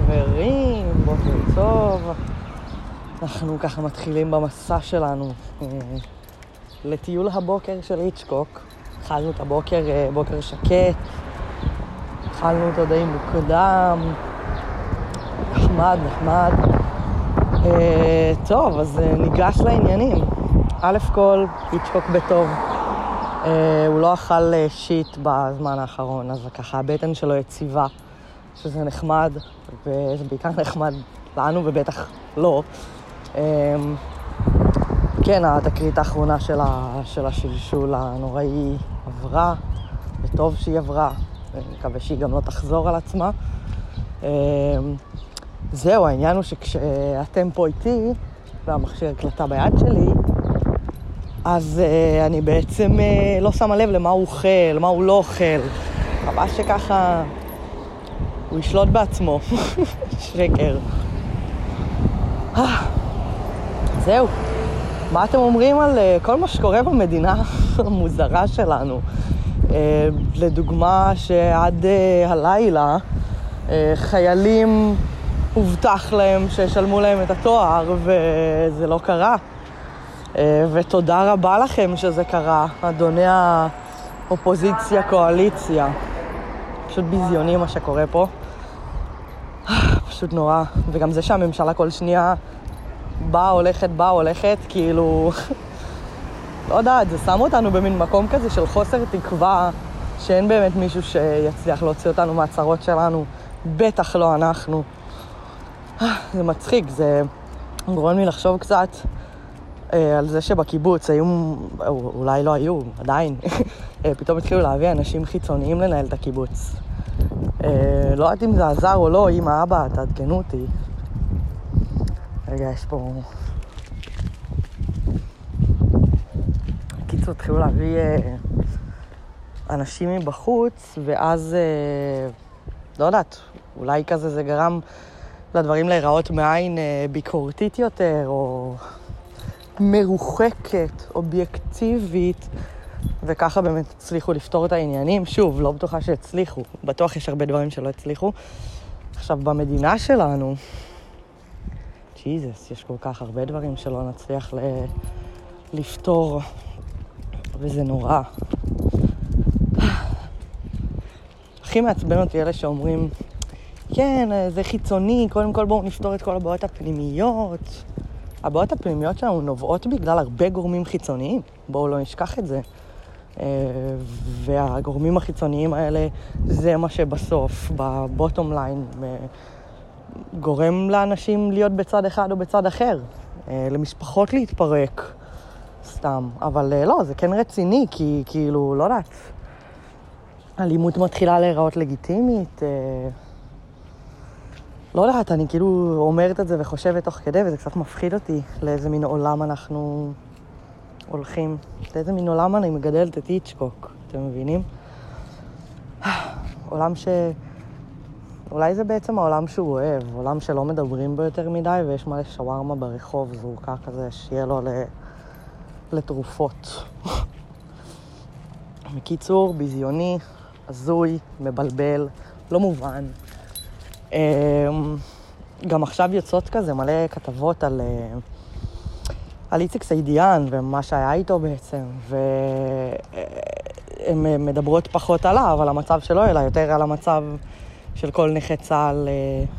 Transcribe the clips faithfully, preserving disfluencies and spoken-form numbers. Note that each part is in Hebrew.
חברים, בוקר טוב. אנחנו ככה מתחילים במסע שלנו אה, לטיול הבוקר של היצ'קוק. התחלנו את הבוקר, אה, בוקר שקט, התחלנו אותו די מוקדם, נחמד, נחמד. אה, טוב, אז אה, ניגש לעניינים. א' כל, היצ'קוק בטוב. אה, הוא לא אכל אה, שיט בזמן האחרון, אז ככה הבטן שלו יציבה, שזה נחמד, וזה בעיקר נחמד לנו ובטח לא. כן, התקרית האחרונה של, ה, של השלשול הנוראי עברה, וטוב שהיא עברה, ואני מקווה שהיא גם לא תחזור על עצמה. זהו, העניין הוא שכשאתם פה איתי, והמכשיר הקלטה ביד שלי, אז אני בעצם לא שמה לב למה הוא אוכל, מה הוא לא אוכל. חבל שככה הוא ישלוט בעצמו. שקר. זהו. מה אתם אומרים על כל מה שקורה במדינה המוזרה שלנו? לדוגמה שעד הלילה חיילים הובטח להם שישלמו להם את התואר וזה לא קרה. ותודה רבה לכם שזה קרה, אדוני האופוזיציה, קואליציה. פשוט ביזיוני מה שקורה פה. פשוט נורא. וגם זה שהממשלה כל שנייה באה, הולכת, באה, הולכת, כאילו... לא יודעת, זה שם אותנו במין מקום כזה של חוסר תקווה, שאין באמת מישהו שיצליח להוציא אותנו מהצרות שלנו. בטח לא אנחנו. זה מצחיק, זה גורם לי לחשוב קצת אה, על זה שבקיבוץ היו, אולי לא היו, עדיין, פתאום התחילו להביא אנשים חיצוניים לנהל את הקיבוץ. אה, לא יודעת אם זה עזר או לא, אמא, אבא, תעדכנו אותי. רגע, יש פה... קיצור, התחילו להביא אה, אנשים מבחוץ, ואז, אה, לא יודעת, אולי כזה זה גרם לדברים להיראות מעין אה, ביקורתית יותר, או מרוחקת, אובייקטיבית, וככה באמת הצליחו לפתור את העניינים. שוב, לא בטוחה שהצליחו, בטוח יש הרבה דברים שלא הצליחו. עכשיו, במדינה שלנו, ג'יזוס, יש כל כך הרבה דברים שלא נצליח ל... לפתור, וזה נורא. הכי מעצבן אותי אלה שאומרים, כן, זה חיצוני, קודם כל בואו נפתור את כל הבעיות הפנימיות. הבעיות הפנימיות שלנו נובעות בגלל הרבה גורמים חיצוניים, בואו לא נשכח את זה. והגורמים החיצוניים האלה, זה מה שבסוף, בבוטום ליין, גורם לאנשים להיות בצד אחד או בצד אחר, למשפחות להתפרק, סתם. אבל לא, זה כן רציני, כי כאילו, לא יודעת, אלימות מתחילה להיראות לגיטימית, לא יודעת, אני כאילו אומרת את זה וחושבת תוך כדי, וזה קצת מפחיד אותי לאיזה מין עולם אנחנו הולכים. לאיזה מין עולם אני מגדלת את היצ'קוק, אתם מבינים? עולם ש... אולי זה בעצם העולם שהוא אוהב, עולם שלא מדברים בו יותר מדי, ויש מלא שווארמה ברחוב, זרוקה כזה, שיהיה לו ל... לתרופות. מקיצור, ביזיוני, הזוי, מבלבל, לא מובן. גם עכשיו יוצאות כזה מלא כתבות על, על איציק סעידיאן ומה שהיה איתו בעצם, והן מדברות פחות עליו, על המצב שלו, אלא יותר על המצב של כל נכי צה"ל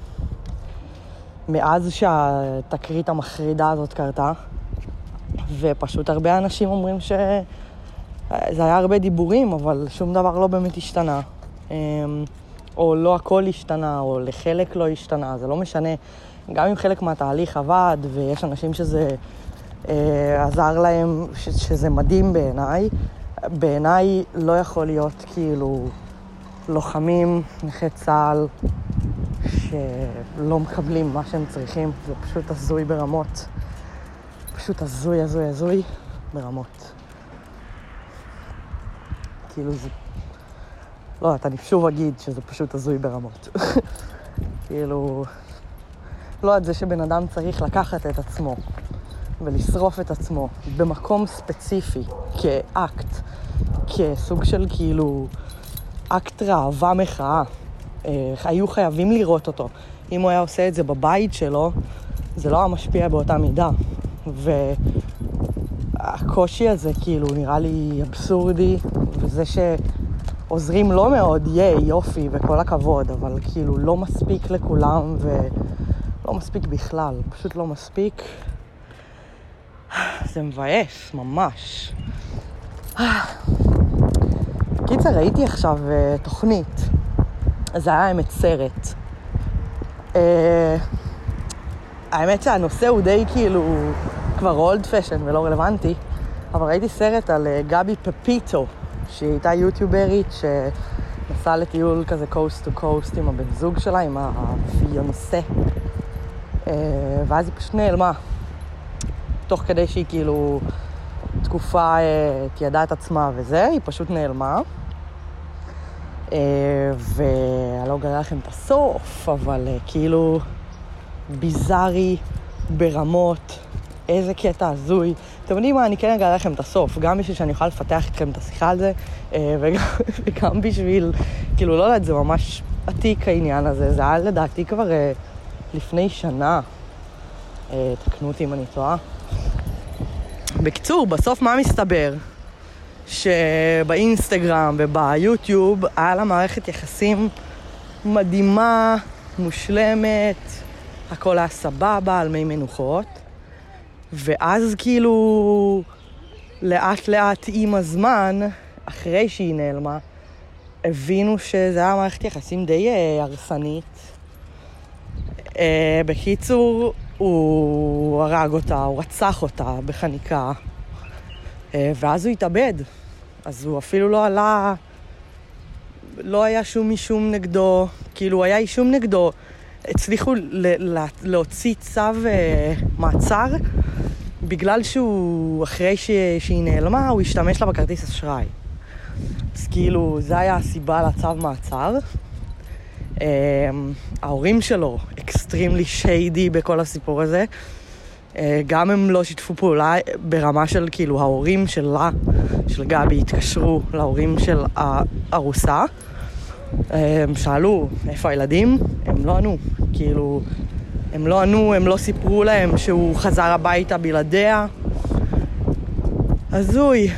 מאז שהתקרית המחרידה הזאת קרתה. ופשוט הרבה אנשים אומרים שזה היה הרבה דיבורים, אבל שום דבר לא באמת השתנה. או לא הכל השתנה, או לחלק לא השתנה, זה לא משנה. גם אם חלק מהתהליך עבד, ויש אנשים שזה אה, עזר להם, ש- שזה מדהים בעיניי, בעיניי לא יכול להיות כאילו לוחמים, נכי צה"ל, שלא מקבלים מה שהם צריכים. זה פשוט הזוי ברמות. פשוט הזוי, הזוי, הזוי ברמות. כאילו זה... לא, אתה שוב אגיד שזה פשוט הזוי ברמות. כאילו, לא, את זה שבן אדם צריך לקחת את עצמו ולשרוף את עצמו במקום ספציפי, כאקט, כסוג של כאילו אקט ראווה מחאה. היו חייבים לראות אותו. אם הוא היה עושה את זה בבית שלו, זה לא היה משפיע באותה מידה. והקושי הזה כאילו נראה לי אבסורדי, וזה שעוזרים לא מאוד, יאי, יופי וכל הכבוד, אבל כאילו לא מספיק לכולם ולא מספיק בכלל, פשוט לא מספיק. זה מבאס, ממש. קיצר, ראיתי עכשיו תוכנית, זה היה האמת סרט. האמת שהנושא הוא די כאילו כבר אולד פשן ולא רלוונטי, אבל ראיתי סרט על גבי פפיטו, שהיא הייתה יוטיוברית שנסעה לטיול כזה קוסט טו קוסט עם הבן זוג שלה, עם הפיונסה, ואז היא פשוט נעלמה, תוך כדי שהיא כאילו תקופה תיעדה את עצמה וזה, היא פשוט נעלמה. ואני לא אגלה לכם את הסוף, אבל כאילו ביזארי ברמות, איזה קטע הזוי. אתם יודעים מה, אני כן אגלה לכם את הסוף, גם בשביל שאני אוכל לפתח איתכם את השיחה על זה, וגם, וגם בשביל, כאילו לא יודעת, זה ממש עתיק העניין הזה, זה היה לדעתי כבר לפני שנה, תקנו אותי אם אני טועה. בקיצור, בסוף מה מסתבר? שבאינסטגרם וביוטיוב היה לה מערכת יחסים מדהימה, מושלמת, הכל היה סבבה, על מי מנוחות, ואז כאילו לאט לאט עם הזמן, אחרי שהיא נעלמה, הבינו שזה היה מערכת יחסים די הרסנית. בקיצור, הוא הרג אותה, הוא רצח אותה בחניקה, ואז הוא התאבד. אז הוא אפילו לא עלה, לא היה שום אישום נגדו, כאילו היה אישום נגדו, הצליחו ל- להוציא צו מעצר, בגלל שהוא, אחרי ש- שהיא נעלמה, הוא השתמש לה בכרטיס אשראי. אז כאילו, זה היה הסיבה לצו מעצר. ההורים שלו אקסטרימלי שיידי בכל הסיפור הזה. גם הם לא שיתפו פעולה ברמה של כאילו ההורים שלה, של גבי, התקשרו להורים של הארוסה. הם שאלו איפה הילדים, הם לא ענו. כאילו, הם לא ענו, הם לא סיפרו להם שהוא חזר הביתה בלעדיה. הזוי.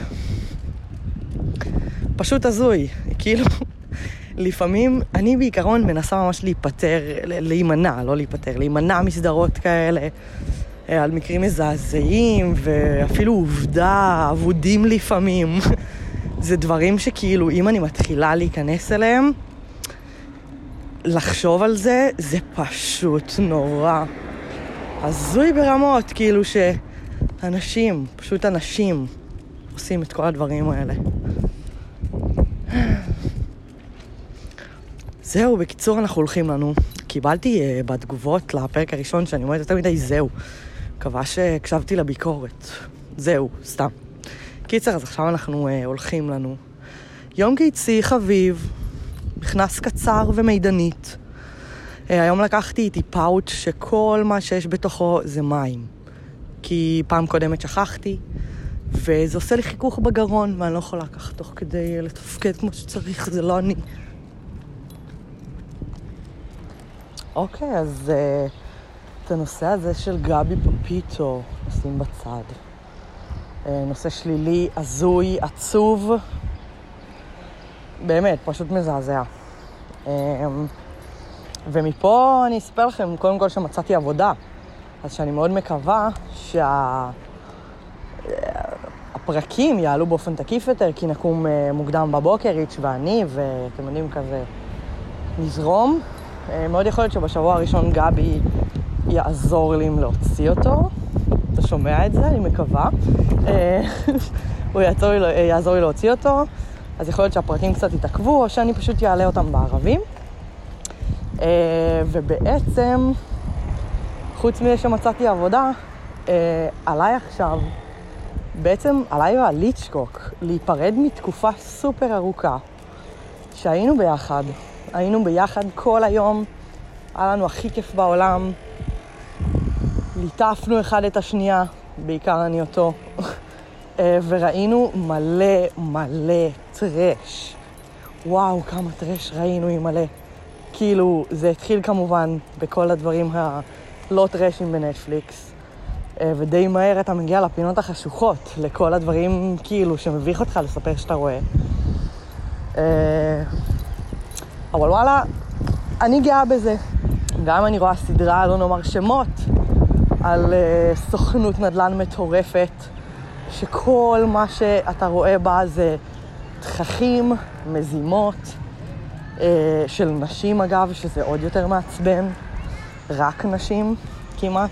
פשוט הזוי. כאילו, לפעמים אני בעיקרון מנסה ממש להיפטר, להימנע, לא להיפטר, להימנע מסדרות כאלה, על מקרים מזעזעים, ואפילו עובדה, עבודים לפעמים. זה דברים שכאילו, אם אני מתחילה להיכנס אליהם, לחשוב על זה, זה פשוט נורא. הזוי ברמות, כאילו שאנשים, פשוט אנשים, עושים את כל הדברים האלה. זהו, בקיצור אנחנו הולכים לנו. קיבלתי uh, בתגובות לפרק הראשון שאני אומרת יותר מדי זהו. מקווה שהקשבתי לביקורת. זהו, סתם. קיצר, אז עכשיו אנחנו uh, הולכים לנו. יום קיצי חביב, מכנס קצר ומידנית. Uh, היום לקחתי איתי פאוץ' שכל מה שיש בתוכו זה מים. כי פעם קודמת שכחתי, וזה עושה לי חיכוך בגרון, ואני לא יכולה לקחת תוך כדי לתפקד כמו שצריך, זה לא אני. אוקיי, אז uh, את הנושא הזה של גבי פפיטו נשים בצד. Uh, נושא שלילי, הזוי, עצוב. באמת, פשוט מזעזע. Uh, ומפה אני אספר לכם, קודם כל שמצאתי עבודה. אז שאני מאוד מקווה שהפרקים יעלו באופן תקיף יותר, כי נקום uh, מוקדם בבוקר, איץ' ואני, ואתם יודעים כזה נזרום. מאוד יכול להיות שבשבוע הראשון גבי יעזור לי להוציא אותו. אתה שומע את זה? אני מקווה. הוא יעזור לי, יעזור לי להוציא אותו. אז יכול להיות שהפרקים קצת יתעכבו, או שאני פשוט יעלה אותם בערבים. ובעצם, חוץ מזה שמצאתי עבודה, עליי עכשיו, בעצם עליי ועל ליצ'קוק, להיפרד מתקופה סופר ארוכה, שהיינו ביחד. היינו ביחד כל היום, היה לנו הכי כיף בעולם, ליטפנו אחד את השנייה, בעיקר אני אותו, וראינו מלא מלא טרש. וואו, כמה טרש ראינו עם מלא. כאילו, זה התחיל כמובן בכל הדברים הלא טרשים בנטפליקס, ודי מהר אתה מגיע לפינות החשוכות, לכל הדברים כאילו שמביך אותך לספר שאתה רואה. אבל וואלה, אני גאה בזה. גם אני רואה סדרה, לא נאמר שמות, על סוכנות נדל"ן מטורפת, שכל מה שאתה רואה בה זה תככים, מזימות, של נשים אגב, שזה עוד יותר מעצבן, רק נשים כמעט.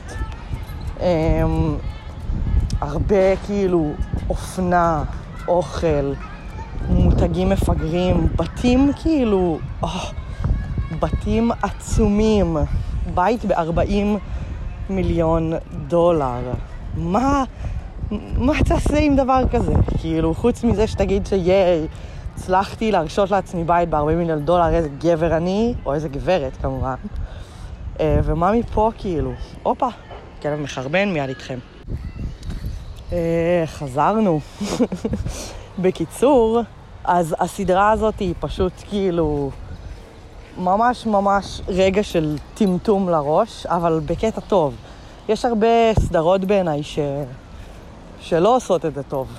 הרבה כאילו אופנה, אוכל, מותגים מפגרים, בתים כאילו, בתים עצומים, בית ב-ארבעים מיליון דולר. מה, מה תעשה עם דבר כזה? כאילו, חוץ מזה שתגיד שיי, הצלחתי להרשות לעצמי בית ב-ארבעים מיליון דולר, איזה גבר אני, או איזה גברת כמובן. ומה מפה כאילו? אופה, כלב מחרבן מיד איתכם. חזרנו. בקיצור, אז הסדרה הזאת היא פשוט כאילו ממש ממש רגע של טמטום לראש, אבל בקטע טוב. יש הרבה סדרות בעיניי ש... שלא עושות את זה טוב.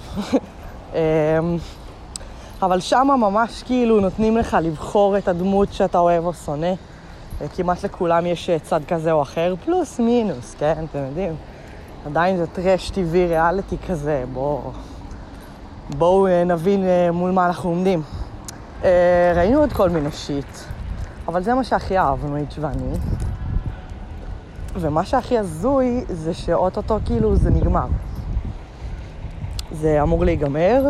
אבל שמה ממש כאילו נותנים לך לבחור את הדמות שאתה אוהב או שונא. כמעט לכולם יש צד כזה או אחר, פלוס מינוס, כן? אתם יודעים. עדיין זה טרש טבעי ריאליטי כזה, בואו בוא נבין מול מה אנחנו עומדים. ראינו עוד כל מיני שיט, אבל זה מה שהכי אהבנו, איץ' ואני. ומה שהכי הזוי זה שאוטוטו כאילו זה נגמר. זה אמור להיגמר,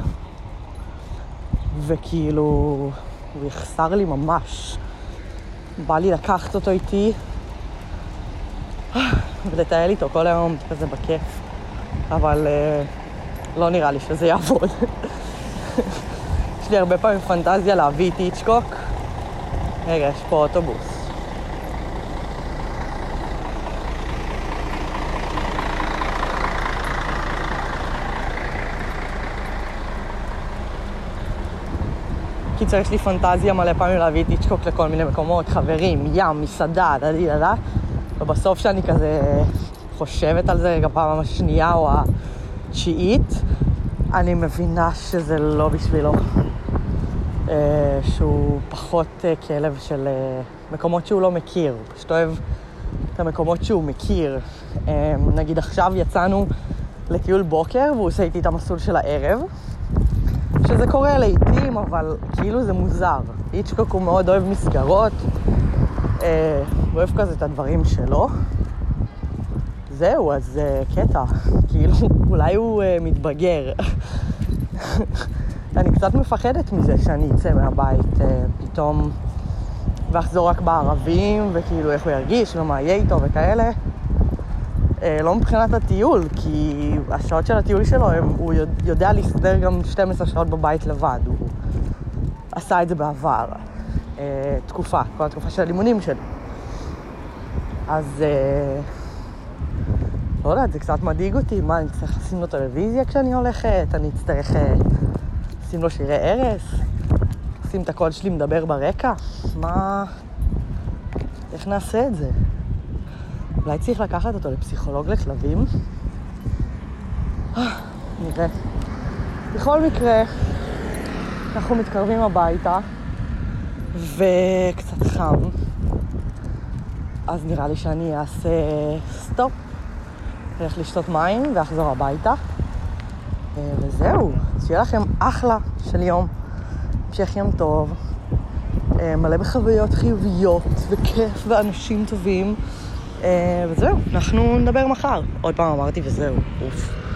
וכאילו הוא יחסר לי ממש. בא לי לקחת אותו איתי ולטייל איתו כל היום כזה בכיף, אבל uh, לא נראה לי שזה יעבוד. יש לי הרבה פעמים פנטזיה להביא איתי היצ'קוק. רגע, יש פה אוטובוס. קיצר, יש לי פנטזיה מלא פעמים להביא את היצ'קוק לכל מיני מקומות, חברים, ים, מסעדה, דדי דדה, ובסוף שאני כזה חושבת על זה רגע פעם השנייה או התשיעית, אני מבינה שזה לא בשבילו, שהוא פחות כלב של מקומות שהוא לא מכיר, הוא פשוט אוהב את המקומות שהוא מכיר. נגיד עכשיו יצאנו לטיול בוקר והוא עושה איתי את המסלול של הערב, שזה קורה לעתים, אבל כאילו זה מוזר. היצ'קוק הוא מאוד אוהב מסגרות, אה, הוא אוהב כזה את הדברים שלו. זהו, אז אה, קטע, כאילו אולי הוא אה, מתבגר. אני קצת מפחדת מזה שאני אצא מהבית אה, פתאום ואחזור רק בערבים, וכאילו איך הוא ירגיש ומה יהיה איתו וכאלה. אה, לא מבחינת הטיול, כי השעות של הטיול שלו, הם, הוא יודע להסתדר גם שתים עשרה שעות בבית לבד. הוא עשה את זה בעבר. אה, תקופה, כל התקופה של הלימונים שלי. אז אה, לא יודעת, זה קצת מדאיג אותי. מה, אני צריך לשים לו טלוויזיה כשאני הולכת? אני צריך אה, לשים לו שירי ערס? לשים את הקול שלי מדבר ברקע? מה? איך נעשה את זה? אולי צריך לקחת אותו לפסיכולוג לכלבים? נראה. בכל מקרה, אנחנו מתקרבים הביתה, וקצת חם, אז נראה לי שאני אעשה סטופ, הולך לשתות מים ואחזור הביתה, וזהו. שיהיה לכם אחלה של יום, המשך יום טוב, מלא בחוויות חיוביות וכיף ואנשים טובים, וזהו, אנחנו נדבר מחר. עוד פעם אמרתי וזהו, אוף.